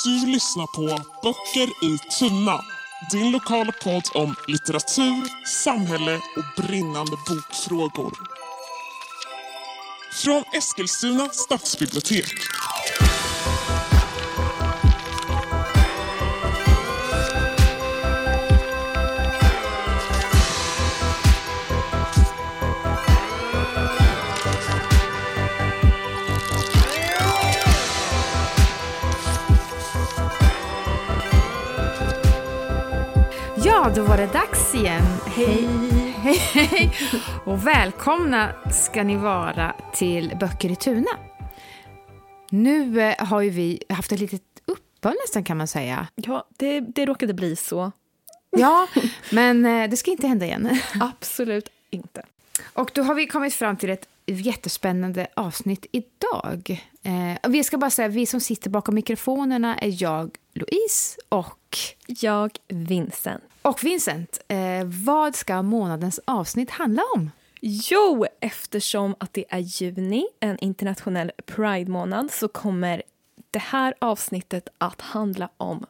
Du lyssnar på Böcker i tunna. Din lokala podd om litteratur, samhälle och brinnande bokfrågor. Från Eskilstuna stadsbibliotek. Ja, då var det dags igen. Hej, hej, hej. Och välkomna ska ni vara till Böcker i Tuna. Nu har ju vi haft ett litet uppehåll nästan, kan man säga. Ja, det råkade bli så. Ja, men det ska inte hända igen. Absolut inte. Och då har vi kommit fram till ett jättespännande avsnitt idag. Vi ska bara säga, vi som sitter bakom mikrofonerna är jag, Louise, och jag, Vincent. Och Vincent, vad ska månadens avsnitt handla om? Jo, eftersom att det är juni, en internationell Pride-månad, så kommer det här avsnittet att handla om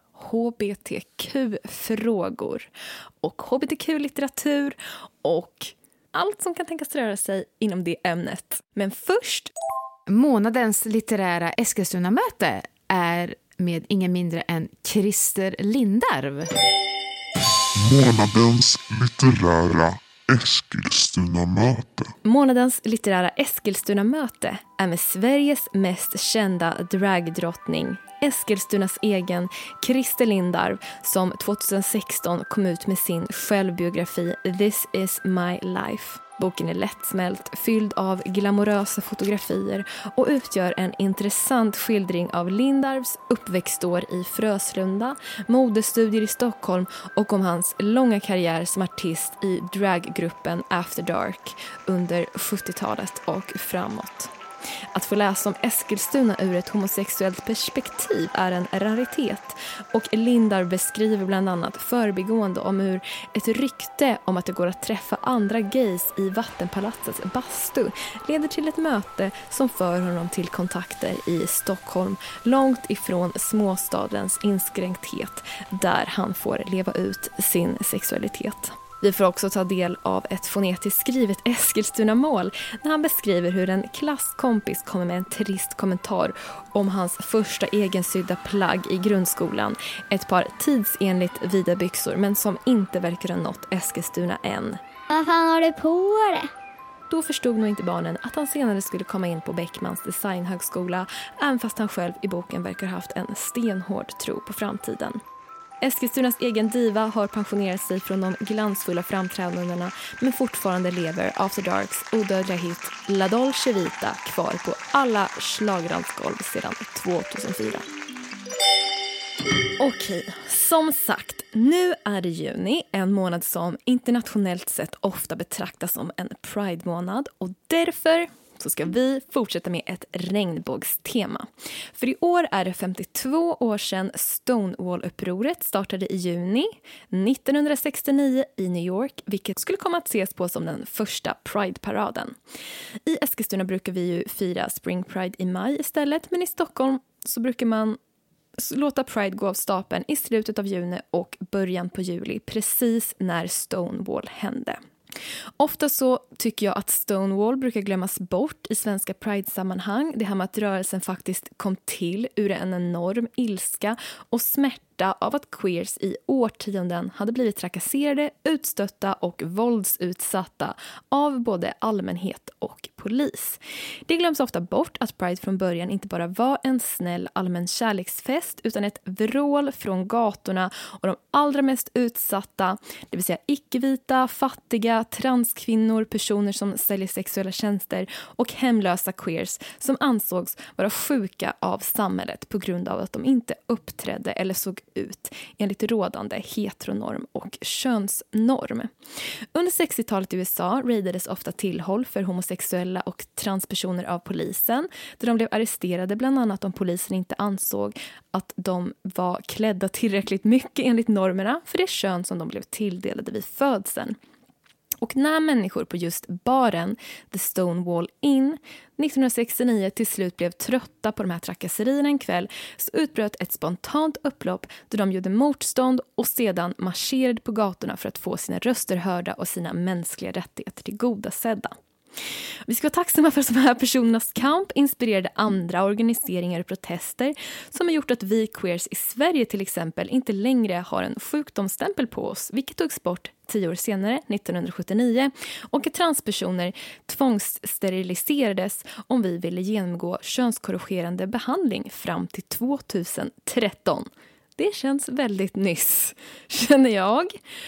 HBTQ-frågor och HBTQ-litteratur och allt som kan tänkas röra sig inom det ämnet. Men först... Månadens litterära Eskilstuna-möte är med ingen mindre än Christer Lindarw. Månadens litterära Eskilstuna-möte. Månadens litterära Eskilstuna-möte är med Sveriges mest kända dragdrottning, Eskilstunas egen Christer Lindarw, som 2016 kom ut med sin självbiografi This is my life. Boken är lättsmält, fylld av glamorösa fotografier och utgör en intressant skildring av Lindarws uppväxtår i Fröslunda, modestudier i Stockholm och om hans långa karriär som artist i draggruppen After Dark under 70-talet och framåt. Att få läsa om Eskilstuna ur ett homosexuellt perspektiv är en raritet, och Lindarw beskriver bland annat förbigående om hur ett rykte om att det går att träffa andra gays i Vattenpalatsets bastu leder till ett möte som för honom till kontakter i Stockholm, långt ifrån småstadens inskränkthet, där han får leva ut sin sexualitet. Vi får också ta del av ett fonetiskt skrivet Eskilstuna-mål när han beskriver hur en klasskompis kommer med en trist kommentar om hans första egensydda plagg i grundskolan. Ett par tidsenligt vida byxor, men som inte verkar ha nått Eskilstuna än. Vad fan har du på det? Då förstod nog inte barnen att han senare skulle komma in på Beckmans designhögskola, även fast han själv i boken verkar ha haft en stenhård tro på framtiden. Eskilstunas egen diva har pensionerat sig från de glansfulla framträdandena, men fortfarande lever After Darks odödliga hit La Dolce Vita kvar på alla schlagerdansgolv sedan 2004. Okej, som sagt, nu är det juni, en månad som internationellt sett ofta betraktas som en Pride-månad, och därför så ska vi fortsätta med ett regnbågstema. För i år är det 52 år sedan Stonewall-upproret startade i juni 1969 i New York, vilket skulle komma att ses på som den första Pride-paraden. I Eskilstuna brukar vi ju fira Spring Pride i maj istället, men i Stockholm så brukar man låta Pride gå av stapeln i slutet av juni och början på juli, precis när Stonewall hände. Ofta så tycker jag att Stonewall brukar glömmas bort i svenska Pride-sammanhang. Det här med att rörelsen faktiskt kom till ur en enorm ilska och smärta av att queers i årtionden hade blivit trakasserade, utstötta och våldsutsatta av både allmänhet och polis. Det glöms ofta bort att Pride från början inte bara var en snäll allmän kärleksfest, utan ett vrål från gatorna och de allra mest utsatta, det vill säga icke-vita, fattiga, transkvinnor, personer som säljer sexuella tjänster och hemlösa queers som ansågs vara sjuka av samhället på grund av att de inte uppträdde eller såg ut enligt rådande heteronorm och könsnorm. Under 60-talet i USA raidades ofta tillhåll för homosexuella och transpersoner av polisen, där de blev arresterade bland annat om polisen inte ansåg att de var klädda tillräckligt mycket enligt normerna för det kön som de blev tilldelade vid födseln. Och när människor på just baren The Stonewall Inn 1969 till slut blev trötta på de här trakasserierna en kväll, så utbröt ett spontant upplopp då de gjorde motstånd och sedan marscherade på gatorna för att få sina röster hörda och sina mänskliga rättigheter tillgodosedda. Vi ska vara tacksamma för att de här personernas kamp inspirerade andra organiseringar och protester som har gjort att vi queers i Sverige till exempel inte längre har en sjukdomsstämpel på oss, vilket togs bort 10 år senare, 1979, och att transpersoner tvångssteriliserades om vi ville genomgå könskorrigerande behandling fram till 2013. Det känns väldigt nyss, känner jag.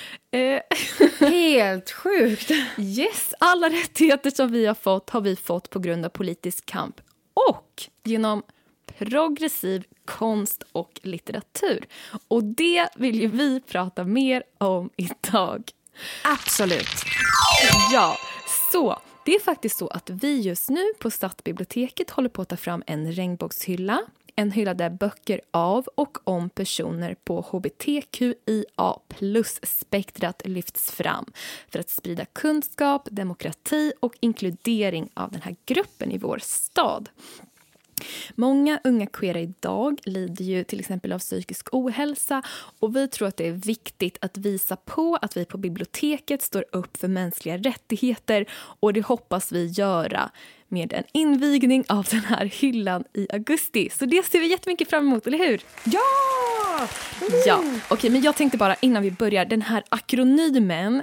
Helt sjukt. Yes, alla rättigheter som vi har vi fått på grund av politisk kamp och genom progressiv konst och litteratur. Och det vill ju vi prata mer om idag. Absolut. Ja, så det är faktiskt så att vi just nu på Stadsbiblioteket håller på att ta fram en regnbågshylla. En hylla där böcker av och om personer på hbtqia plus-spektrat lyfts fram för att sprida kunskap, demokrati och inkludering av den här gruppen i vår stad. Många unga queera idag lider ju till exempel av psykisk ohälsa och vi tror att det är viktigt att visa på att vi på biblioteket står upp för mänskliga rättigheter och det hoppas vi göra med en invigning av den här hyllan i augusti. Så det ser vi jättemycket fram emot, eller hur? Ja! Ja, okej, men jag tänkte bara innan vi börjar, den här akronymen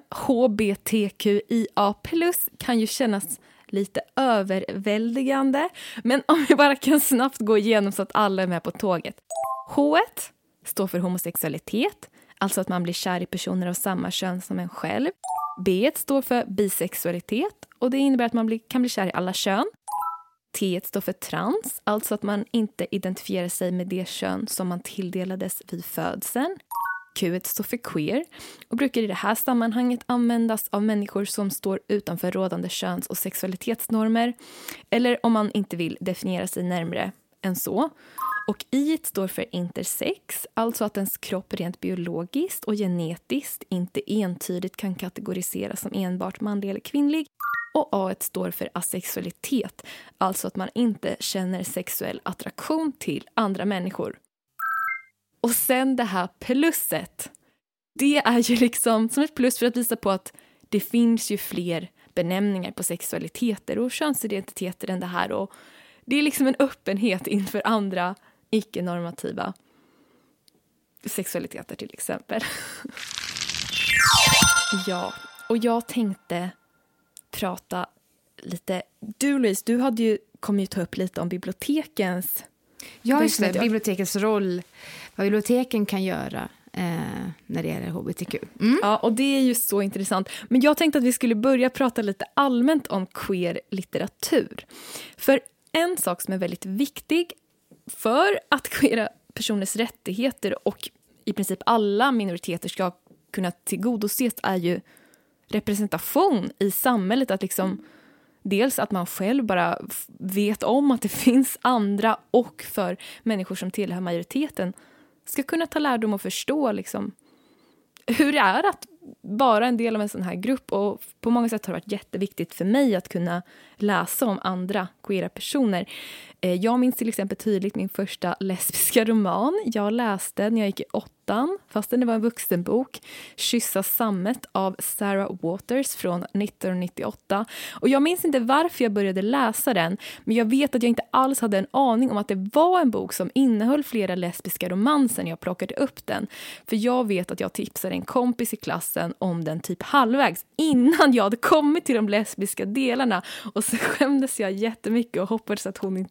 hbtqia+ kan ju kännas lite överväldigande. Men om vi bara kan snabbt gå igenom så att alla är med på tåget. H står för homosexualitet, alltså att man blir kär i personer av samma kön som en själv. B står för bisexualitet och det innebär att man kan bli kär i alla kön. T står för trans, alltså att man inte identifierar sig med det kön som man tilldelades vid födseln. Q står för queer och brukar i det här sammanhanget användas av människor som står utanför rådande köns- och sexualitetsnormer eller om man inte vill definiera sig närmare än så. Och I står för intersex, alltså att ens kropp rent biologiskt och genetiskt inte entydigt kan kategoriseras som enbart manlig eller kvinnlig. Och A står för asexualitet, alltså att man inte känner sexuell attraktion till andra människor. Och sen det här plusset, det är ju liksom som ett plus för att visa på att det finns ju fler benämningar på sexualiteter och könsidentiteter än det här. Och det är liksom en öppenhet inför andra icke-normativa sexualiteter till exempel. Ja, och jag tänkte prata lite. Du Louise, du hade ju kommit att ta upp lite om bibliotekens... Ja, just det. Bibliotekets roll. Vad biblioteken kan göra när det gäller hbtq. Mm. Ja, och det är ju så intressant. Men jag tänkte att vi skulle börja prata lite allmänt om queer-litteratur. För en sak som är väldigt viktig för att queera personers rättigheter och i princip alla minoriteter ska kunna tillgodoses är ju representation i samhället. Att liksom... Dels att man själv bara vet om att det finns andra och för människor som tillhör majoriteten ska kunna ta lärdom och förstå liksom hur det är att vara en del av en sån här grupp. Och på många sätt har det varit jätteviktigt för mig att kunna läsa om andra queera personer. Jag minns till exempel tydligt min första lesbiska roman. Jag läste när jag gick i 8:an, fastän det var en vuxenbok, Kyssa sammet av Sarah Waters från 1998. Och jag minns inte varför jag började läsa den, men jag vet att jag inte alls hade en aning om att det var en bok som innehöll flera lesbiska romanser när jag plockade upp den. För jag vet att jag tipsade en kompis i klassen om den typ halvvägs innan jag hade kommit till de lesbiska delarna. Och så skämdes jag jättemycket och hoppades att hon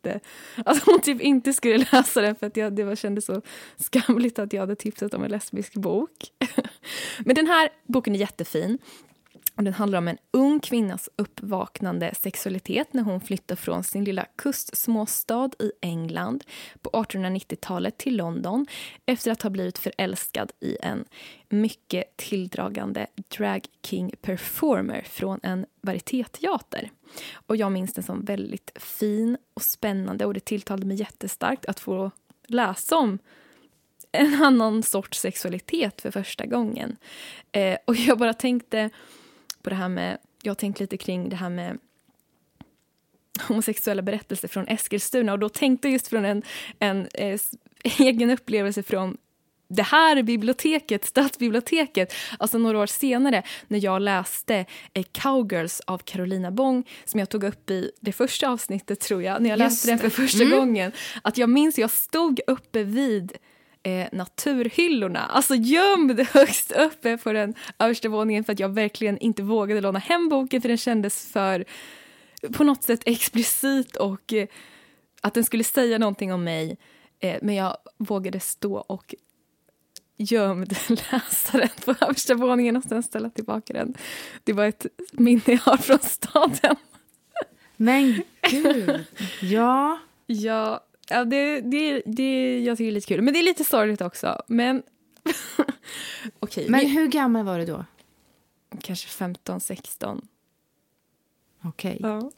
typ inte skulle läsa den för att det kändes så skamligt att jag hade tipsat om en lesbisk bok. Men den här boken är jättefin. Och den handlar om en ung kvinnas uppvaknande sexualitet när hon flyttar från sin lilla kustsmåstad i England på 1890-talet till London efter att ha blivit förälskad i en mycket tilldragande drag king performer från en varietéteater. Och jag minns den som väldigt fin och spännande och det tilltalade mig jättestarkt att få läsa om en annan sorts sexualitet för första gången. Och jag bara tänkte... på det här med, jag har tänkt lite kring det här med homosexuella berättelser från Eskilstuna, och då tänkte jag just från en egen upplevelse från det här biblioteket, stadsbiblioteket, alltså några år senare när jag läste Cowgirls av Carolina Bong, som jag tog upp i det första avsnittet, tror jag, när jag läste den för första gången. Att jag minns jag stod uppe vid naturhyllorna, alltså gömd högst uppe på den översta våningen, för att jag verkligen inte vågade låna hem boken, för den kändes för på något sätt explicit, och att den skulle säga någonting om mig, men jag vågade stå och gömd läsa den på översta våningen och sen ställa tillbaka den. Det var ett minne jag har från staden. Men gud, ja. Ja, det jag tycker det är lite kul. Men det är lite sorgligt också. Men okej. Men hur gammal var du då? Kanske 15-16. Okej. Ja.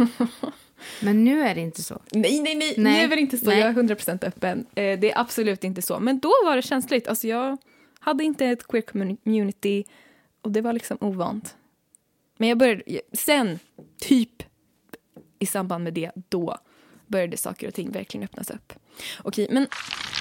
Men nu är det inte så. Nej. Nu är det inte så. Nej. Jag är 100% öppen. Det är absolut inte så. Men då var det känsligt. Alltså jag hade inte ett queer community, och det var liksom ovant. Men jag började sen, typ i samband med det, då började saker och ting verkligen öppnas upp. Okej, men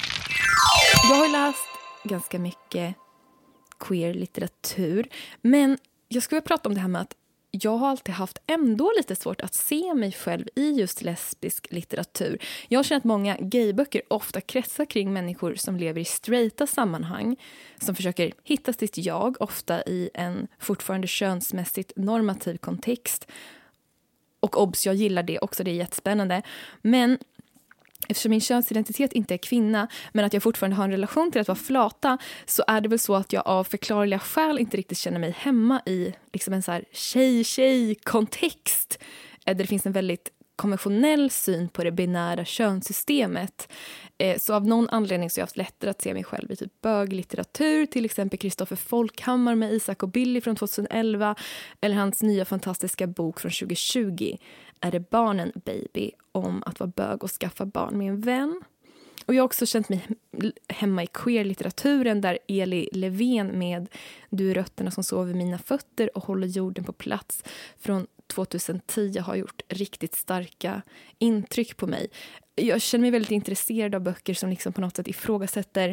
jag har läst ganska mycket queer litteratur, men jag skulle vilja prata om det här med att jag har alltid haft ändå lite svårt att se mig själv i just lesbisk litteratur. Jag känner att många gayböcker ofta kretsar kring människor som lever i straighta sammanhang, som försöker hitta sitt jag, ofta i en fortfarande könsmässigt normativ kontext. Och obs, jag gillar det också, det är jättespännande. Men eftersom min könsidentitet inte är kvinna, men att jag fortfarande har en relation till att vara flata, så är det väl så att jag av förklarliga skäl inte riktigt känner mig hemma i liksom en så här tjej-kontext. Där det finns en väldigt konventionell syn på det binära könssystemet. Så av någon anledning så har jag haft lättare att se mig själv i typ böglitteratur, till exempel Kristoffer Folkhammar med Isak och Billy från 2011, eller hans nya fantastiska bok från 2020, Är det barnen, baby? Om att vara bög och skaffa barn med en vän. Och jag har också känt mig hemma i queer-litteraturen, där Eli Levén med Du är rötterna som sover vid mina fötter och håller jorden på plats från 2010 har gjort riktigt starka intryck på mig. Jag känner mig väldigt intresserad av böcker som liksom på något sätt ifrågasätter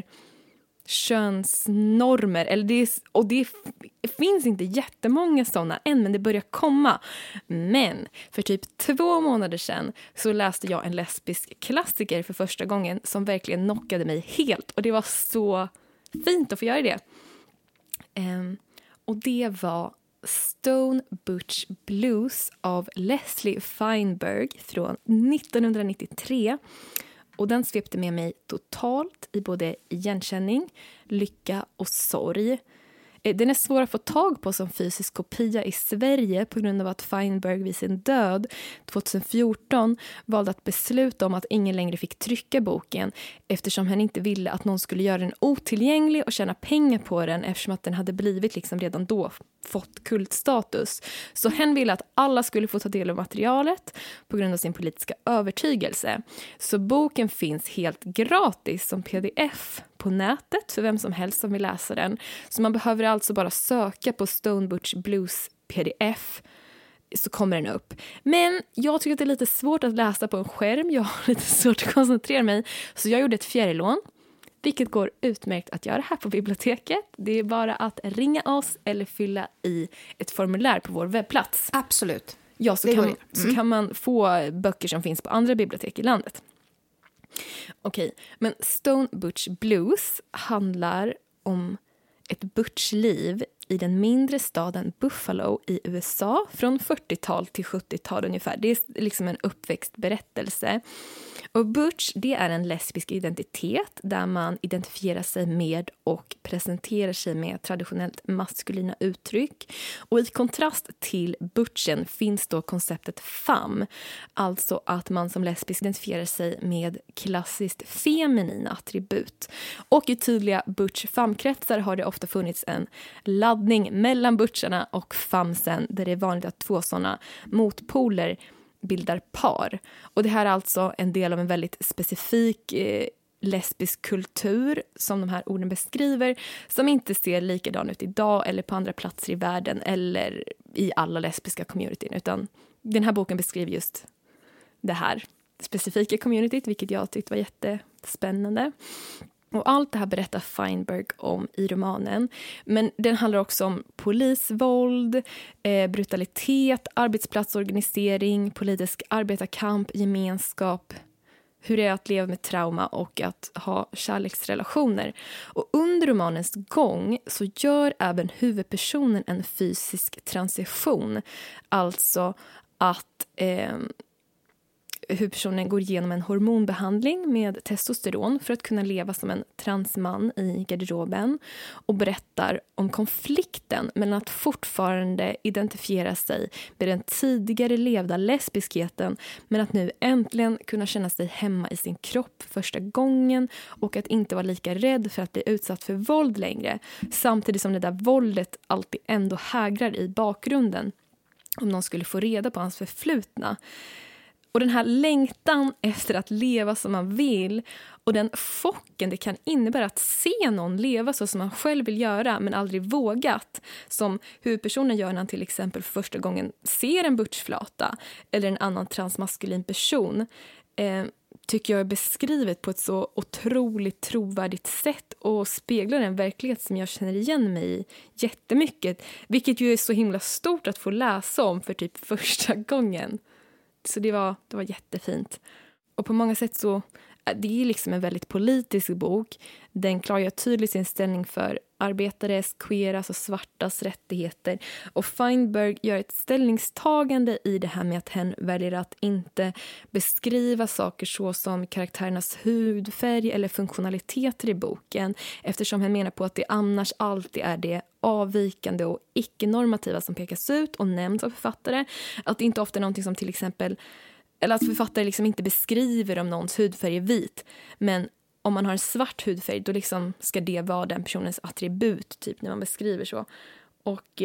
könsnormer. Det finns inte jättemånga sådana än, men det börjar komma. Men för typ 2 månader sedan så läste jag en lesbisk klassiker för första gången som verkligen knockade mig helt. Och det var så fint att få göra det. Och det var Stone Butch Blues av Leslie Feinberg från 1993. Och den svepte med mig totalt i både igenkänning, lycka och sorg. Den är svår att få tag på som fysisk kopia i Sverige på grund av att Feinberg vid sin död 2014 valde att besluta om att ingen längre fick trycka boken, eftersom han inte ville att någon skulle göra den otillgänglig och tjäna pengar på den, eftersom att den hade blivit liksom redan då fått kultstatus. Så han ville att alla skulle få ta del av materialet på grund av sin politiska övertygelse. Så boken finns helt gratis som pdf på nätet för vem som helst som vill läsa den. Så man behöver alltså bara söka på Stone Butch Blues pdf, så kommer den upp. Men jag tycker att det är lite svårt att läsa på en skärm. Jag har lite svårt att koncentrera mig. Så jag gjorde ett fjärrlån, vilket går utmärkt att göra här på biblioteket. Det är bara att ringa oss eller fylla i ett formulär på vår webbplats. Absolut. Ja, så kan man få böcker som finns på andra bibliotek i landet. Okej, men Stone Butch Blues handlar om ett butchliv i den mindre staden Buffalo i USA från 40-tal till 70-tal ungefär. Det är liksom en uppväxtberättelse. Och butch, det är en lesbisk identitet där man identifierar sig med och presenterar sig med traditionellt maskulina uttryck. Och i kontrast till butchen finns då konceptet femme, alltså att man som lesbisk identifierar sig med klassiskt feminina attribut. Och i tydliga butch-femme-kretsar har det ofta funnits en laddning mellan butcharna och femsen, där det är vanligt att 2 sådana motpoler bildar par. Och det här är alltså en del av en väldigt specifik lesbisk kultur som de här orden beskriver, som inte ser likadan ut idag eller på andra platser i världen eller i alla lesbiska communityn, utan den här boken beskriver just det här specifika communityt, vilket jag tyckte var jättespännande. Och allt det här berättar Feinberg om i romanen. Men den handlar också om polisvåld, brutalitet, arbetsplatsorganisering, politisk arbetarkamp, gemenskap, hur det är att leva med trauma och att ha kärleksrelationer. Och under romanens gång så gör även huvudpersonen en fysisk transition. Alltså att huvudpersonen går igenom en hormonbehandling med testosteron för att kunna leva som en transman i garderoben, och berättar om konflikten mellan att fortfarande identifiera sig med den tidigare levda lesbiskheten, men att nu äntligen kunna känna sig hemma i sin kropp första gången och att inte vara lika rädd för att bli utsatt för våld längre, samtidigt som det där våldet alltid ändå hägrar i bakgrunden om någon skulle få reda på hans förflutna. Och den här längtan efter att leva som man vill och den chocken det kan innebära att se någon leva så som man själv vill göra men aldrig vågat. Som huvudpersonen gör när han till exempel för första gången ser en butchflata eller en annan transmaskulin person. Tycker jag är beskrivet på ett så otroligt trovärdigt sätt och speglar en verklighet som jag känner igen mig i jättemycket. Vilket ju är så himla stort att få läsa om för typ första gången. Så det var jättefint. Och på många sätt så det är liksom en väldigt politisk bok. Den klargör tydligt sin ställning för arbetares, queeras och svartas rättigheter. Och Feinberg gör ett ställningstagande i det här med att hen väljer att inte beskriva saker så som karaktärernas hudfärg eller funktionaliteter i boken. Eftersom han menar på att det annars alltid är det avvikande och icke-normativa som pekas ut och nämns av författare. Att det inte ofta är någonting som till exempel, eller att författare liksom inte beskriver om någons hudfärg är vit. Men om man har en svart hudfärg då liksom ska det vara den personens attribut typ när man beskriver så. Och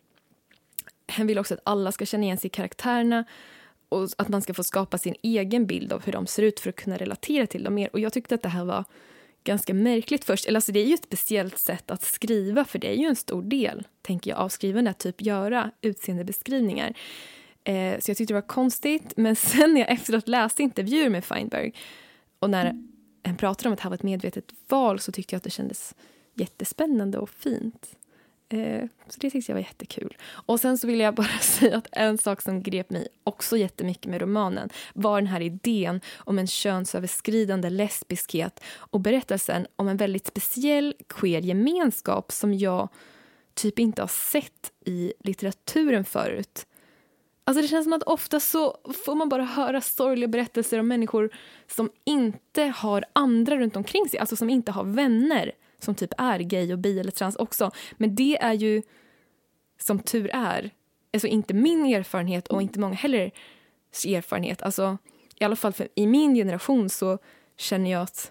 han vill också att alla ska känna igen sig i karaktärerna och att man ska få skapa sin egen bild av hur de ser ut för att kunna relatera till dem mer. Och jag tyckte att det här var ganska märkligt först. Eller alltså det är ju ett speciellt sätt att skriva, för det är ju en stor del, tänker jag, av skrivande att typ göra utseendebeskrivningar. Så jag tyckte det var konstigt. Men sen när jag efteråt läste intervjuer med Feinberg och när han pratade om att det här var ett medvetet val, så tyckte jag att det kändes jättespännande och fint. Så det tyckte jag var jättekul. Och sen så vill jag bara säga att en sak som grep mig också jättemycket med romanen var den här idén om en könsöverskridande lesbiskhet och berättelsen om en väldigt speciell queer-gemenskap som jag typ inte har sett i litteraturen förut. Alltså det känns som att ofta så får man bara höra sorgliga berättelser om människor som inte har andra runt omkring sig. Alltså som inte har vänner som typ är gay och bi eller trans också. Men det är ju, som tur är, alltså inte min erfarenhet och inte många heller erfarenhet. Alltså i alla fall i min generation så känner jag att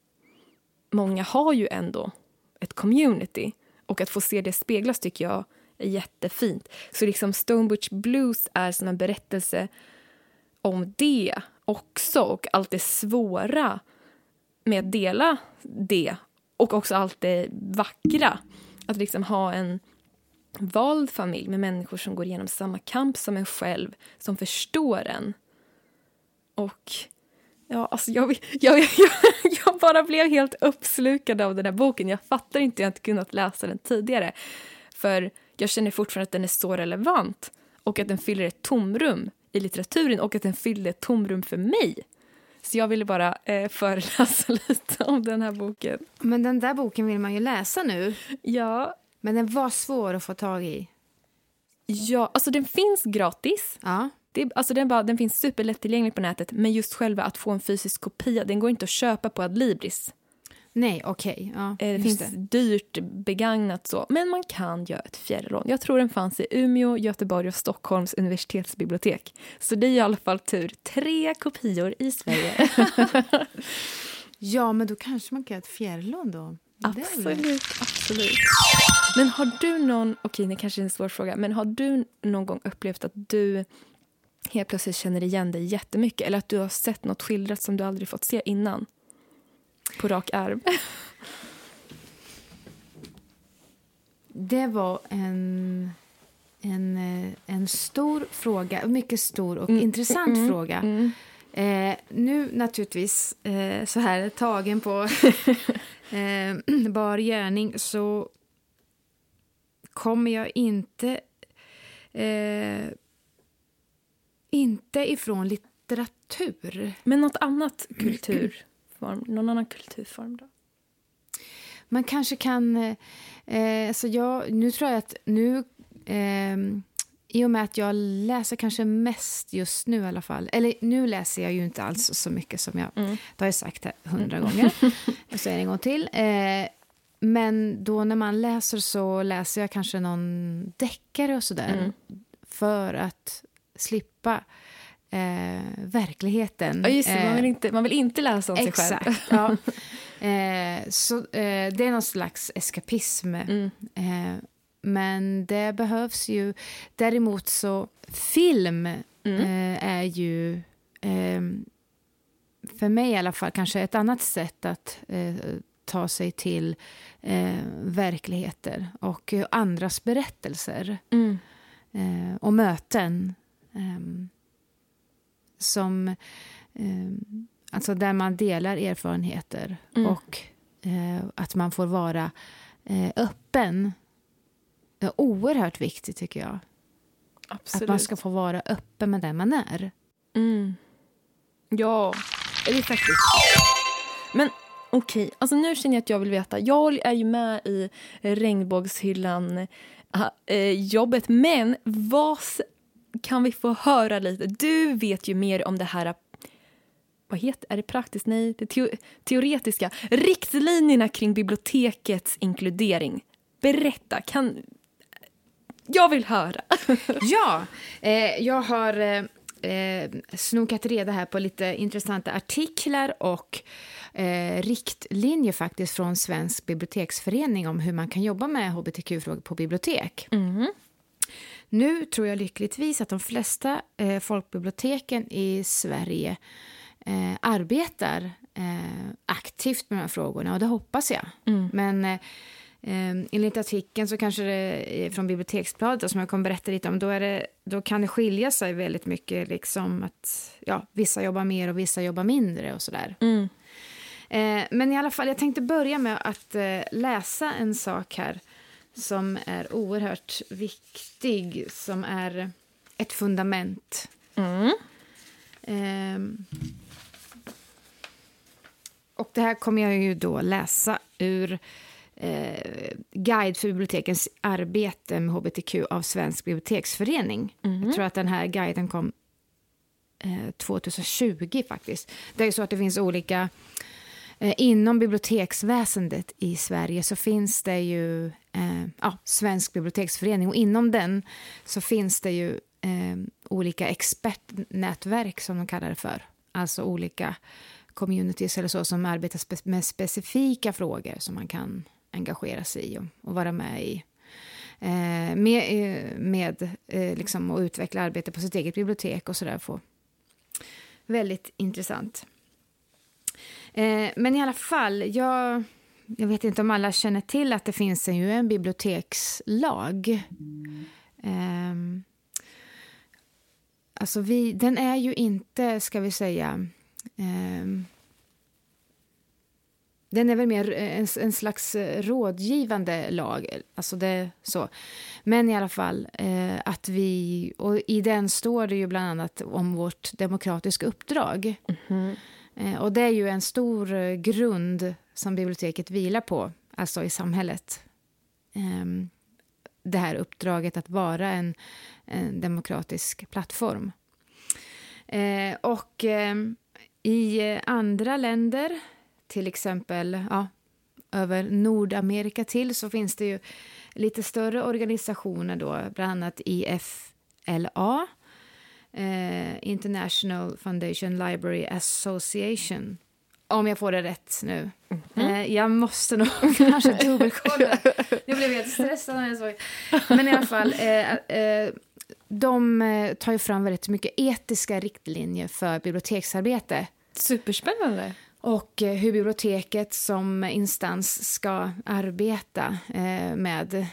många har ju ändå ett community. Och att få se det speglas tycker jag är jättefint. Så liksom Stone Butch Blues är som en berättelse om det också. Och allt det svåra med att dela det. Och också allt det vackra. Att liksom ha en vald familj med människor som går igenom samma kamp som en själv. Som förstår en. Och ja, alltså jag bara blev helt uppslukad av den här boken. Jag fattar inte att jag inte kunnat läsa den tidigare. För jag känner fortfarande att den är så relevant. Och att den fyller ett tomrum i litteraturen. Och att den fyller ett tomrum för mig. Så jag ville bara föreläsa lite om den här boken. Men den där boken vill man ju läsa nu. Ja. Men den var svår att få tag i. Ja, alltså den finns gratis. Ja. Den finns superlättillgänglig på nätet. Men just själva att få en fysisk kopia, den går inte att köpa på Adlibris. Nej, okej. Ja, det finns dyrt begagnat så. Men man kan göra ett fjärrlån. Jag tror den fanns i Umeå, Göteborg och Stockholms universitetsbibliotek. Så det är i alla fall tur. 3 kopior i Sverige. Ja, men då kanske man kan göra ett fjärrlån då. Absolut. Men har du någon, okej, det kanske är en svår fråga, men har du någon gång upplevt att du helt plötsligt känner igen dig jättemycket? Eller att du har sett något skildrat som du aldrig fått se innan? på rak arm? Det var en stor fråga, mycket stor och intressant fråga. Nu naturligtvis, så här tagen på bar gärning, så kommer jag inte ifrån litteratur. Men någon annan kulturform då? Man kanske kan... nu tror jag att i och med att jag läser kanske mest just nu i alla fall. Eller nu läser jag ju inte alls så mycket som jag det har jag sagt här 100 gånger. Jag säger en gång till. Men då när man läser så läser jag kanske någon deckare och sådär. För att slippa verkligheten. Ja, just det, man vill inte läsa om sig själv. Exakt, ja. Så det är någon slags eskapism. Men det behövs ju. Däremot så film är ju för mig i alla fall kanske ett annat sätt att ta sig till verkligheter och andras berättelser och möten som alltså där man delar erfarenheter och att man får vara öppen. Det är oerhört viktigt tycker jag. Absolut. Att man ska få vara öppen med den man är. Ja, det är faktiskt. Men okej, alltså nu känner jag att jag vill veta. Jag är ju med i regnbågshyllan jobbet, men vad kan vi få höra lite? Du vet ju mer om det här. Vad heter är det praktiskt? Nej, det teoretiska. Riktlinjerna kring bibliotekets inkludering. Berätta, jag vill höra. Ja, jag har snokat reda här på lite intressanta artiklar och riktlinjer faktiskt från Svensk biblioteksförening om hur man kan jobba med hbtq-frågor på bibliotek. Nu tror jag lyckligtvis att de flesta folkbiblioteken i Sverige arbetar aktivt med de här frågorna och det hoppas jag. Men enligt artikeln så kanske det från Biblioteksbladet som jag kommer berätta lite om, då kan det skilja sig väldigt mycket liksom att vissa jobbar mer och vissa jobbar mindre och sådär. Men i alla fall, jag tänkte börja med att läsa en sak här som är oerhört viktig, som är ett fundament. Och det här kommer jag ju då läsa ur Guide för bibliotekens arbete med hbtq av Svensk biblioteksförening. Jag tror att den här guiden kom 2020 faktiskt. Det är ju så att det finns olika inom biblioteksväsendet i Sverige så finns det ju Svensk biblioteksförening och inom den så finns det ju olika expertnätverk som de kallar det för. Alltså olika communities eller så som arbetar med specifika frågor som man kan engagera sig i och vara med i. Med liksom att utveckla arbete på sitt eget bibliotek och sådär. Väldigt intressant. Men i alla fall, jag vet inte om alla känner till att det finns ju en bibliotekslag. Alltså den är ju inte, ska vi säga... den är väl mer en slags rådgivande lag, alltså det så. Men i alla fall att och i den står det ju bland annat om vårt demokratiska uppdrag. Och det är ju en stor grund som biblioteket vilar på, alltså i samhället. Det här uppdraget att vara en demokratisk plattform. Och i andra länder, till exempel över Nordamerika så finns det ju lite större organisationer då, bland annat IFLA, International Foundation Library Association, om jag får det rätt nu. Jag måste nog kanske dubbelkolla. Jag blev helt stressad när jag såg. Men i alla fall, de tar ju fram väldigt mycket etiska riktlinjer för biblioteksarbete. Superspännande. Och hur biblioteket som instans ska arbeta med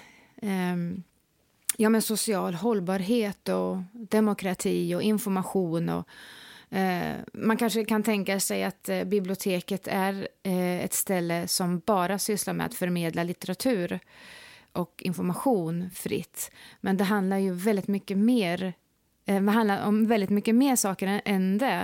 social hållbarhet och demokrati och information. Och, man kanske kan tänka sig att biblioteket är ett ställe som bara sysslar med att förmedla litteratur och information fritt. Men det handlar ju väldigt mycket mer, om väldigt mycket mer saker än det.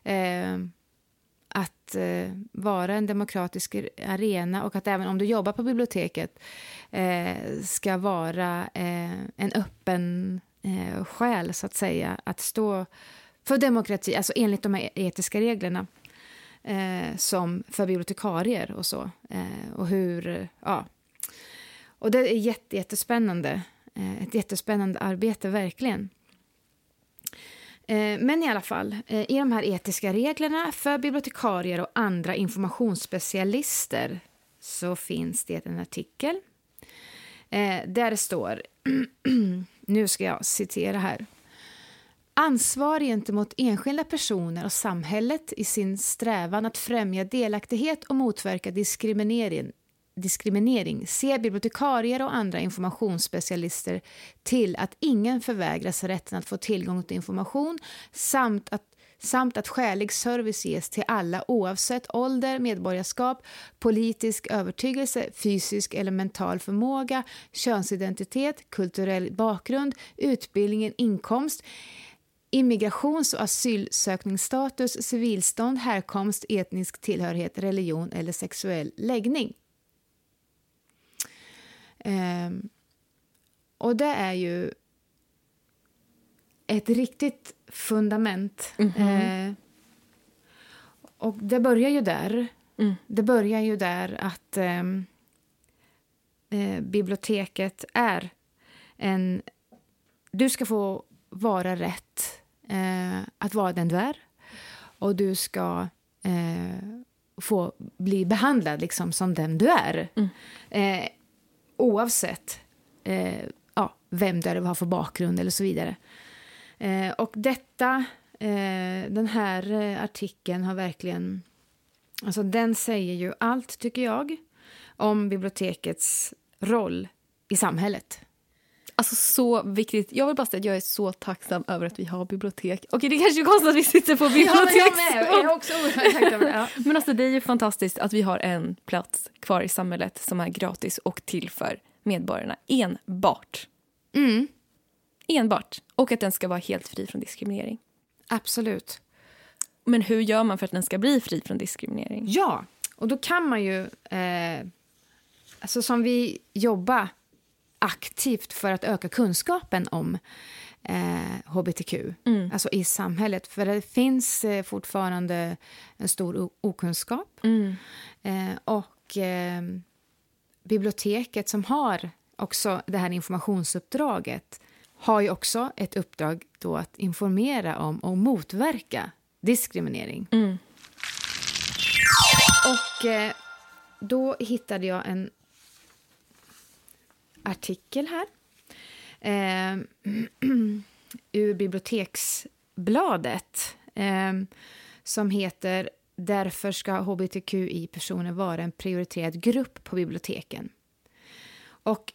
Att vara en demokratisk arena, och att även om du jobbar på biblioteket ska vara en öppen själ, så att säga, att stå för demokrati, alltså enligt de här etiska reglerna som för bibliotekarier och så. Och hur, ja. Och det är jättespännande. Ett jättespännande arbete, verkligen. Men i alla fall, i de här etiska reglerna för bibliotekarier och andra informationsspecialister så finns det en artikel där det står, nu ska jag citera här: ansvar gentemot enskilda personer och samhället i sin strävan att främja delaktighet och motverka diskriminering ser bibliotekarier och andra informationsspecialister till att ingen förvägras rätten att få tillgång till information samt att skälig service ges till alla oavsett ålder, medborgarskap, politisk övertygelse, fysisk eller mental förmåga, könsidentitet, kulturell bakgrund, utbildning, inkomst, immigrations- och asylsökningsstatus, civilstånd, härkomst, etnisk tillhörighet, religion eller sexuell läggning. Och det är ju ett riktigt fundament. Och det börjar ju där. Det börjar ju där att biblioteket är du ska få vara rätt att vara den du är. Och du ska få bli behandlad liksom som den du är. Oavsett vem du har för bakgrund eller så vidare. Och den här artikeln har verkligen, alltså den säger ju allt, tycker jag, om bibliotekets roll i samhället. Alltså så viktigt. Jag vill bara säga att jag är så tacksam över att vi har bibliotek. Okej, det är kanske konstigt att vi sitter på bibliotek. Ja, jag är också oerhört tacksam över det. Ja. Men alltså det är ju fantastiskt att vi har en plats kvar i samhället som är gratis och till för medborgarna. Enbart. Enbart. Och att den ska vara helt fri från diskriminering. Absolut. Men hur gör man för att den ska bli fri från diskriminering? Ja, och då kan man ju alltså som vi jobbar aktivt för att öka kunskapen om hbtq, alltså i samhället. För det finns fortfarande en stor okunskap. Och biblioteket som har också det här informationsuppdraget har ju också ett uppdrag då att informera om och motverka diskriminering. Och då hittade jag en artikel här ur Biblioteksbladet som heter "Därför ska hbtqi-personer vara en prioriterad grupp på biblioteken". Och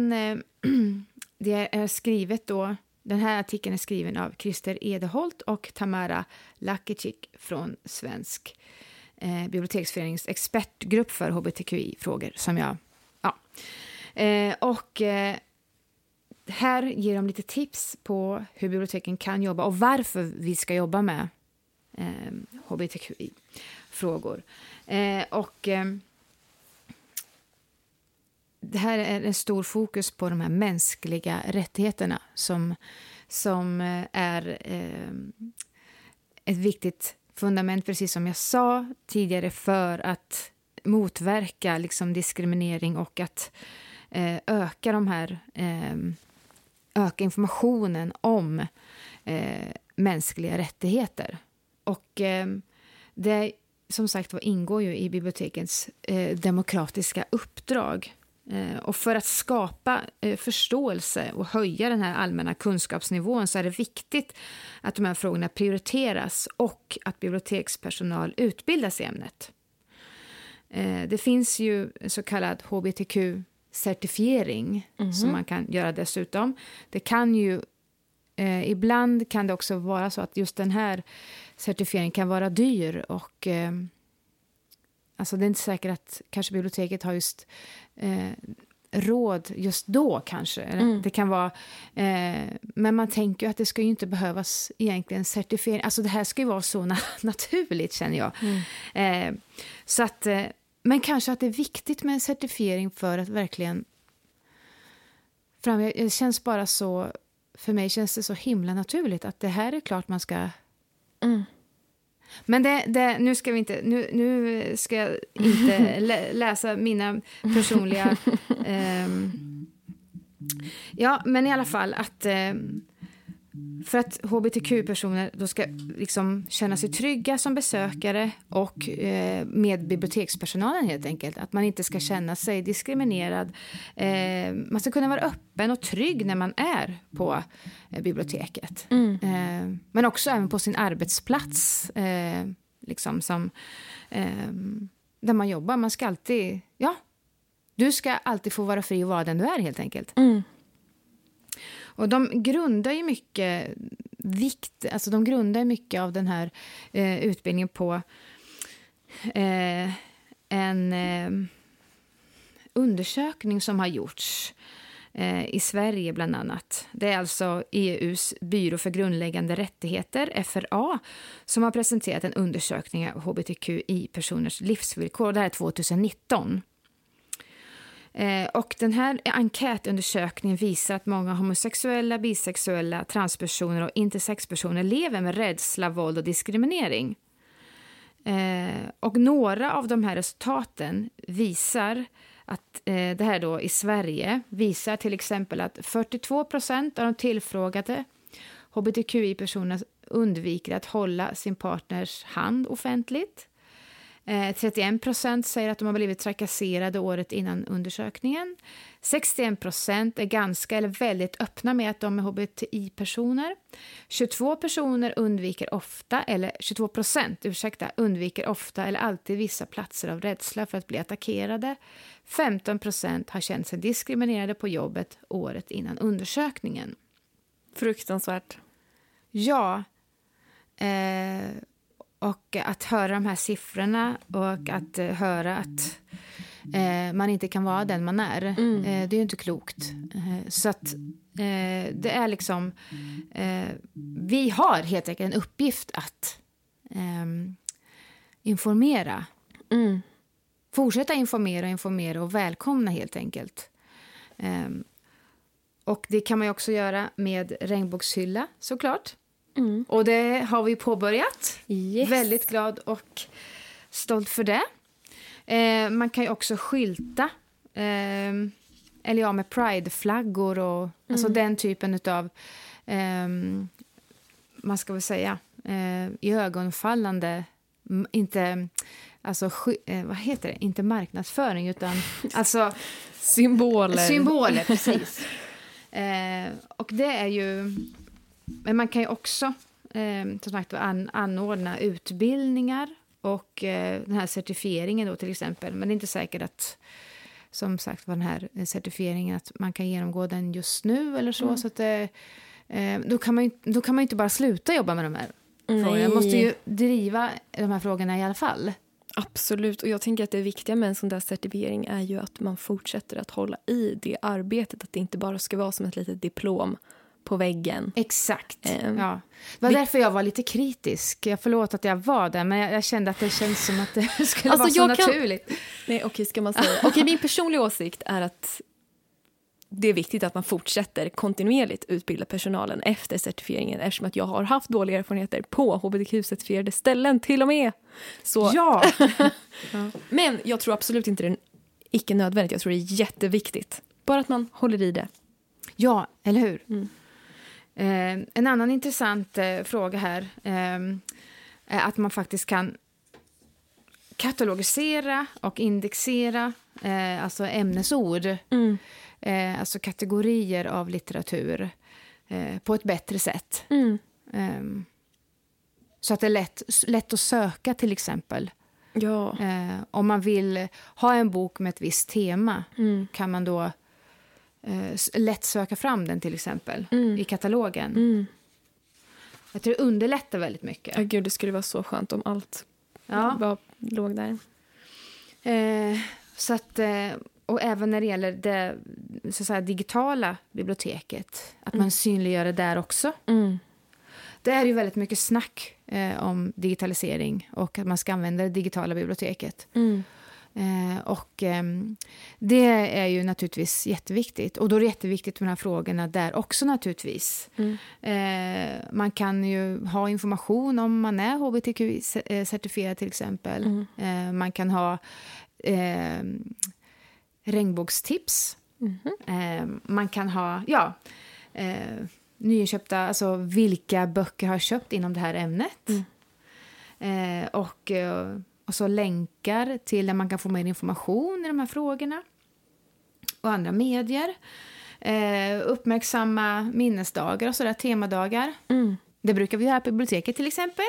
det är skrivet då, den här artikeln är skriven av Christer Edeholt och Tamara Lakicic från Svensk biblioteksförenings expertgrupp för hbtqi-frågor som jag, här ger de lite tips på hur biblioteken kan jobba och varför vi ska jobba med hbtqi-frågor. Det här är en stor fokus på de här mänskliga rättigheterna som är ett viktigt fundament, precis som jag sa tidigare, för att motverka liksom diskriminering och att öka informationen om mänskliga rättigheter. Och det som sagt ingår ju i bibliotekens demokratiska uppdrag Och för att skapa förståelse och höja den här allmänna kunskapsnivån så är det viktigt att de här frågorna prioriteras och att bibliotekspersonal utbildas i ämnet. Det finns ju så kallad HBTQ-certifiering som man kan göra dessutom. Det kan ju, ibland kan det också vara så att just den här certifieringen kan vara dyr och alltså det är inte säkert att kanske biblioteket har just råd just då kanske. Det kan vara, men man tänker ju att det ska ju inte behövas egentligen certifiering. Alltså det här ska ju vara så naturligt känner jag. Så att, men kanske att det är viktigt med en certifiering för att verkligen det känns bara så, för mig känns det så himla naturligt att det här är klart man ska men nu ska vi inte nu ska jag inte läsa mina personliga ja, men i alla fall att för att HBTQ-personer då ska liksom känna sig trygga som besökare och med bibliotekspersonalen helt enkelt. Att man inte ska känna sig diskriminerad. Man ska kunna vara öppen och trygg när man är på biblioteket. Men också även på sin arbetsplats. Liksom som, där man jobbar. Man ska alltid, du ska alltid få vara fri och vara den du är helt enkelt. Och de grundar ju mycket alltså de grundar mycket av den här utbildningen på en undersökning som har gjorts i Sverige bland annat. Det är alltså EUs byrå för grundläggande rättigheter, FRA, som har presenterat en undersökning av HBTQI-personers livsvillkor. Och det här är 2019. Och den här enkätundersökningen visar att många homosexuella, bisexuella, transpersoner och intersexpersoner lever med rädsla, våld och diskriminering. Och några av de här resultaten visar att det här då i Sverige visar till exempel att 42% av de tillfrågade HBTQI-personer undviker att hålla sin partners hand offentligt. 31% säger att de har blivit trakasserade året innan undersökningen. 61% är ganska eller väldigt öppna med att de är HBTI-personer. 22% undviker ofta eller alltid vissa platser av rädsla för att bli attackerade. 15% har känt sig diskriminerade på jobbet året innan undersökningen. Fruktansvärt. Ja, och att höra de här siffrorna och att höra att man inte kan vara den man är, det är ju inte klokt. Så att det är liksom vi har helt enkelt en uppgift att informera. Fortsätta informera och välkomna helt enkelt. Och det kan man ju också göra med regnbågshylla såklart. Och det har vi påbörjat. Yes. Väldigt glad och stolt för det. Man kan ju också skylta med Pride-flaggor och alltså den typen av man ska väl säga iögonfallande inte alltså vad heter det? Inte marknadsföring utan alltså symboler precis. Och det är ju, men man kan ju också som sagt anordna utbildningar och den här certifieringen då till exempel, men det är inte säkert att som sagt var den här certifieringen att man kan genomgå den just nu eller så, så att då kan man inte bara sluta jobba med de här frågorna. Man måste ju driva de här frågorna i alla fall. Absolut, och jag tänker att det viktiga med en sån där certifiering är ju att man fortsätter att hålla i det arbetet, att det inte bara ska vara som ett litet diplom på väggen. Exakt, ja. Det var därför jag var lite kritisk. Jag förlåt att jag var där, men jag kände att det känns som att det skulle vara så naturligt. Nej, okej, ska man säga. Okej, min personliga åsikt är att det är viktigt att man fortsätter kontinuerligt utbilda personalen efter certifieringen, eftersom att jag har haft dåliga erfarenheter på hbtq-certifierade ställen till och med. Så. Ja. Men jag tror absolut inte det är icke nödvändigt. Jag tror det är jätteviktigt. Bara att man håller i det. Ja, eller hur? En annan intressant fråga här är att man faktiskt kan katalogisera och indexera alltså ämnesord, alltså kategorier av litteratur på ett bättre sätt. Så att det är lätt att söka till exempel. Ja. Om man vill ha en bok med ett visst tema kan man då lätt söka fram den till exempel i katalogen. Jag tror det underlättar väldigt mycket. Ja, gud, det skulle vara så skönt om allt bara låg där. Så att, och även när det gäller det så att säga, digitala biblioteket, att man synliggör det där också. Det är ju väldigt mycket snack om digitalisering och att man ska använda det digitala biblioteket. Och det är ju naturligtvis jätteviktigt. Och då är det jätteviktigt med de här frågorna där också naturligtvis. Man kan ju ha information om man är HBTQ-certifierad till exempel. Man kan ha regnbågstips. Man kan ha nyinköpta, alltså vilka böcker har köpt inom det här ämnet. Och så länkar till där man kan få mer information i de här frågorna. Och andra medier. Uppmärksamma minnesdagar och sådär, temadagar. Det brukar vi göra på biblioteket till exempel.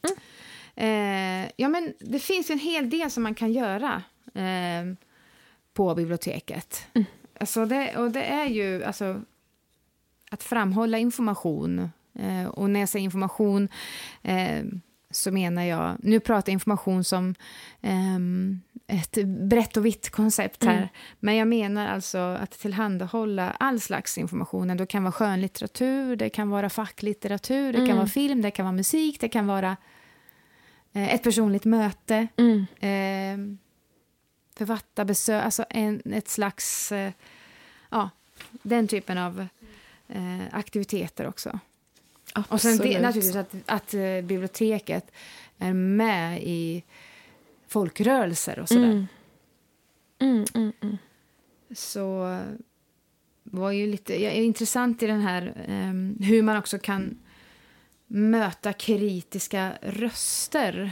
Ja, men det finns en hel del som man kan göra på biblioteket. Alltså det är ju alltså att framhålla information. Och när jag säger information så menar jag, nu pratar jag information som ett brett och vitt koncept här. Men jag menar alltså att tillhandahålla all slags information. Det kan vara skönlitteratur, det kan vara facklitteratur, det kan vara film, det kan vara musik, det kan vara ett personligt möte. Författarbesök, alltså ett slags den typen av aktiviteter också. Absolut. Och sen det, naturligtvis att biblioteket är med i folkrörelser och sådär. Så var ju lite intressant i den här hur man också kan möta kritiska röster.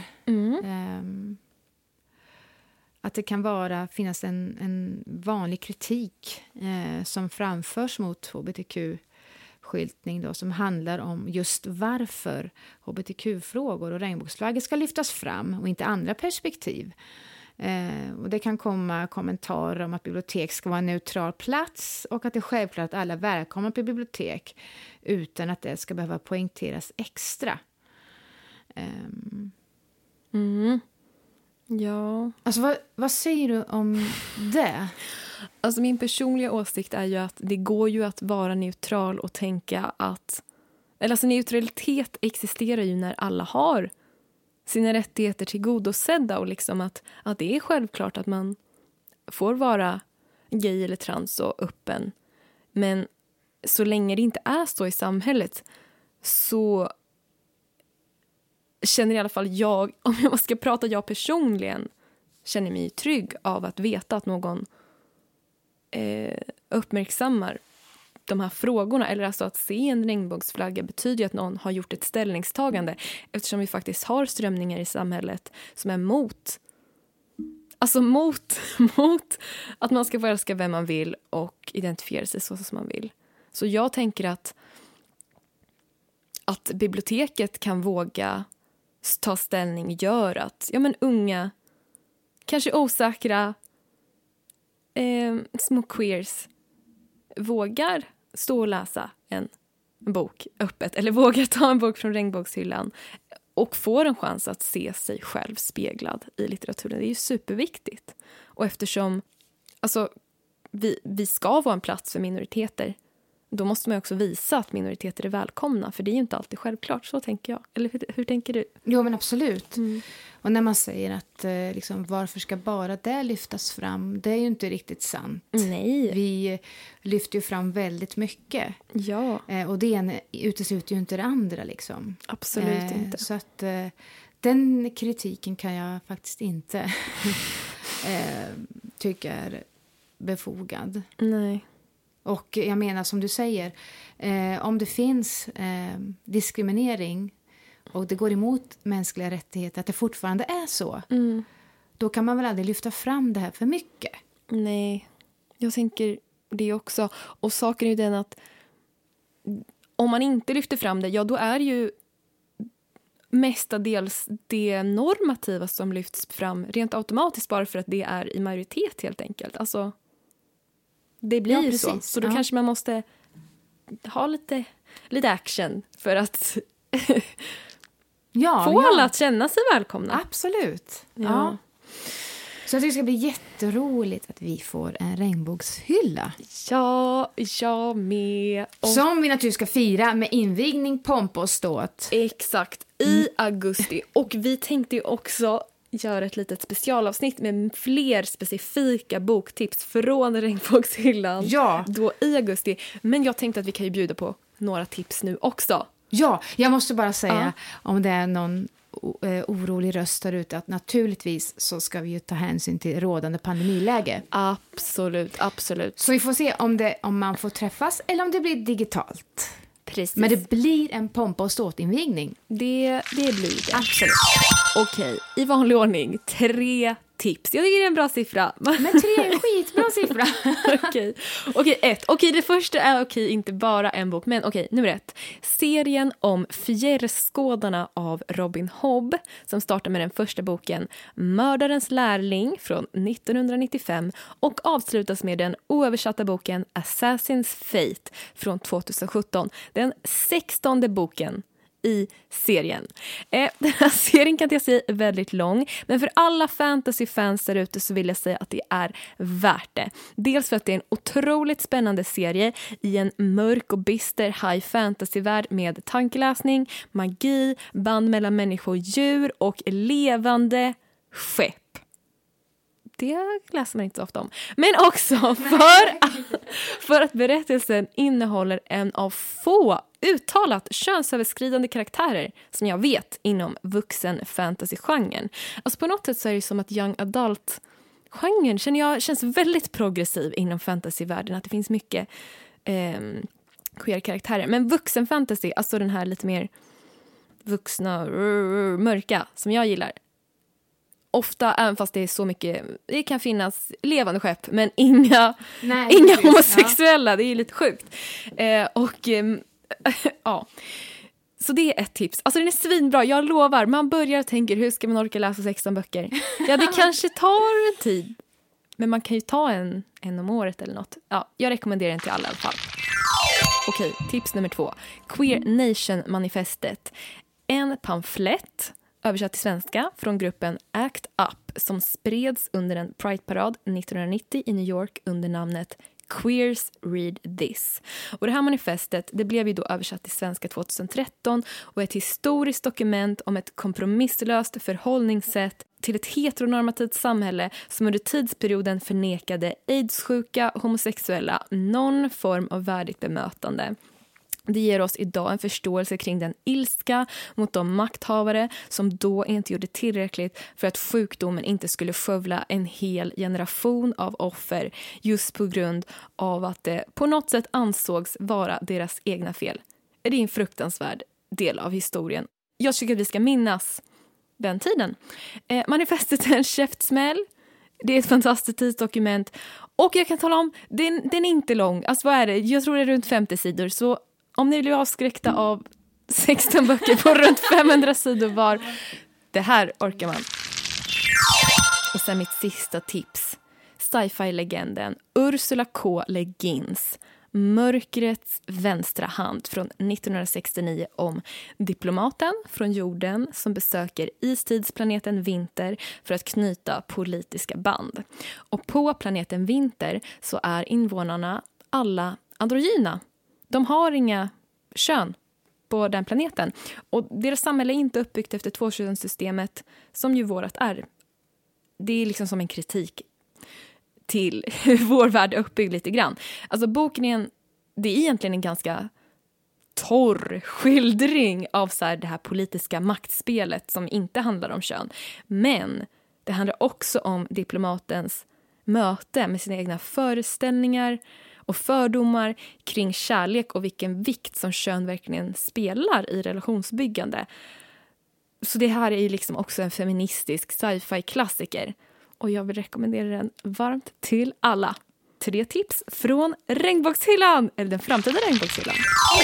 Att det kan finnas en vanlig kritik som framförs mot hbtq-skyltning då, som handlar om just varför hbtq-frågor och regnbågsflaggor ska lyftas fram och inte andra perspektiv. Och det kan komma kommentarer om att bibliotek ska vara en neutral plats och att det är självklart att alla välkomnar på bibliotek utan att det ska behöva poängteras extra. Ja. Alltså vad säger du om det? Alltså min personliga åsikt är ju att det går ju att vara neutral och tänka att... Eller alltså neutralitet existerar ju när alla har sina rättigheter tillgodosedda och liksom att det är självklart att man får vara gay eller trans och öppen. Men så länge det inte är så i samhället så känner i alla fall jag, om jag ska prata jag personligen, känner mig trygg av att veta att någon uppmärksammar de här frågorna. Eller alltså att se en regnbågsflagga betyder att någon har gjort ett ställningstagande, eftersom vi faktiskt har strömningar i samhället som är mot att man ska få älska vem man vill och identifiera sig så som man vill. Så jag tänker att biblioteket kan våga ta ställning gör att unga, kanske osäkra små queers vågar stå och läsa en bok öppet eller vågar ta en bok från regnbågshyllan och får en chans att se sig själv speglad i litteraturen. Det är ju superviktigt. Och eftersom vi ska vara en plats för minoriteter, då måste man också visa att minoriteter är välkomna. För det är ju inte alltid självklart, så tänker jag. Eller hur tänker du? Jo, men absolut. Och när man säger att varför ska bara det lyftas fram, det är ju inte riktigt sant. Nej. Vi lyfter ju fram väldigt mycket. Ja. Och det ena utesluter ju inte det andra. Liksom. Absolut inte. Så att den kritiken kan jag faktiskt inte tycka är befogad. Nej. Och jag menar som du säger, om det finns diskriminering och det går emot mänskliga rättigheter, att det fortfarande är så, då kan man väl aldrig lyfta fram det här för mycket. Nej, jag tänker det också. Och saken är ju den att om man inte lyfter fram det, ja då är det ju mestadels det normativa som lyfts fram rent automatiskt bara för att det är i majoritet helt enkelt. Alltså, det blir så. Så då kanske man måste ha lite action för att få alla att känna sig välkomna. Absolut. Ja. Så jag tycker det ska bli jätteroligt att vi får en regnbågshylla. Ja, jag med. Som vi naturligtvis ska fira med invigning, pompa och ståt. Exakt, i augusti. Och vi tänkte ju också göra ett litet specialavsnitt med fler specifika boktips från regnbågshyllan då i augusti. Men jag tänkte att vi kan ju bjuda på några tips nu också. Ja, jag måste bara säga om det är någon orolig röst där ute att naturligtvis så ska vi ju ta hänsyn till rådande pandemiläge. Absolut. Så vi får se om man får träffas eller om det blir digitalt. Precis. Men det blir en pompa och ståtinvigning. Det blir det. Absolut. Okej, i vanlig ordning 3 tips. Jag tycker det är en bra siffra. Men 3 är en skitbra siffra. Okej, 1. Okej, det första är inte bara en bok. Men nummer 1. Serien om Fjärrskådarna av Robin Hobb som startar med den första boken Mördarens lärling från 1995 och avslutas med den oöversatta boken Assassin's Fate från 2017. Den 16:e boken i serien. Den här serien kan jag säga är väldigt lång, men för alla fantasyfans där ute så vill jag säga att det är värt det. Dels för att det är en otroligt spännande serie i en mörk och bister high fantasy-värld med tankeläsning, magi, band mellan människor och djur och levande skepp. Det läser man inte så ofta om. Men också för att berättelsen innehåller en av få uttalat könsöverskridande karaktärer som jag vet inom vuxen fantasy-genren. Alltså på något sätt så är det som att young adult-genren känns väldigt progressiv inom fantasy-världen. Att det finns mycket queer-karaktärer. Men vuxen fantasy, alltså den här lite mer vuxna, mörka som jag gillar. Ofta, även fast det är så mycket, det kan finnas levande skepp, men inga homosexuella. Ja. Det är ju lite sjukt. Ja. Så det är ett tips. Alltså den är svinbra, jag lovar. Man börjar och tänker, hur ska man orka läsa 16 böcker? Ja, det kanske tar en tid. Men man kan ju ta en om året eller något. Ja, jag rekommenderar den till alla i alla fall. Okej, tips nummer 2. Queer Nation-manifestet. En pamflett översatt till svenska från gruppen Act Up som spreds under en Pride-parad 1990 i New York under namnet Queers Read This. Och det här manifestet det blev ju då översatt till svenska 2013 och är ett historiskt dokument om ett kompromisslöst förhållningssätt till ett heteronormativt samhälle som under tidsperioden förnekade AIDS-sjuka homosexuella någon form av värdigt bemötande. Det ger oss idag en förståelse kring den ilska mot de makthavare som då inte gjorde tillräckligt för att sjukdomen inte skulle skövla en hel generation av offer just på grund av att det på något sätt ansågs vara deras egna fel. Det är en fruktansvärd del av historien. Jag tycker att vi ska minnas den tiden. Manifestet är en käftsmäll. Det är ett fantastiskt tidsdokument. Och jag kan tala om, den är inte lång. Alltså vad är det? Jag tror det är runt 50 sidor. Så om ni blir avskräckta av 16 böcker på runt 500 sidor var, det här orkar man. Och sen mitt sista tips. Sci-fi-legenden Ursula K. Le Guins. Mörkrets vänstra hand från 1969 om diplomaten från jorden som besöker istidsplaneten Vinter för att knyta politiska band. Och på planeten Vinter så är invånarna alla androgyna. De har inga kön på den planeten. Och deras samhälle är inte uppbyggt efter tvåkönssystemet som ju vårat är. Det är liksom som en kritik till hur vår värld är uppbyggd lite grann. Alltså boken det är egentligen en ganska torr skildring av så här det här politiska maktspelet som inte handlar om kön. Men det handlar också om diplomatens möte med sina egna föreställningar och fördomar kring kärlek och vilken vikt som kön verkligen spelar i relationsbyggande. Så det här är ju liksom också en feministisk sci-fi-klassiker. och jag vill rekommendera den varmt till alla. 3 tips från Regnbågshyllan, eller den framtida Regnbågshyllan.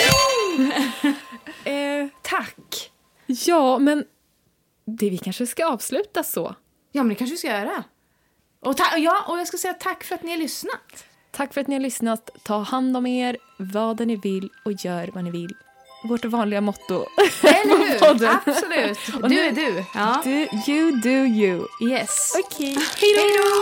Tack! Ja, men vi kanske ska avsluta så. Ja, men det kanske vi ska göra. Och jag ska säga tack för att ni har lyssnat. Tack för att ni har lyssnat. Ta hand om er, vad ni vill och gör vad ni vill. Vårt vanliga motto. Eller hur? Absolut. Du är du. Ja. You do you. Yes. Okej. Hej då!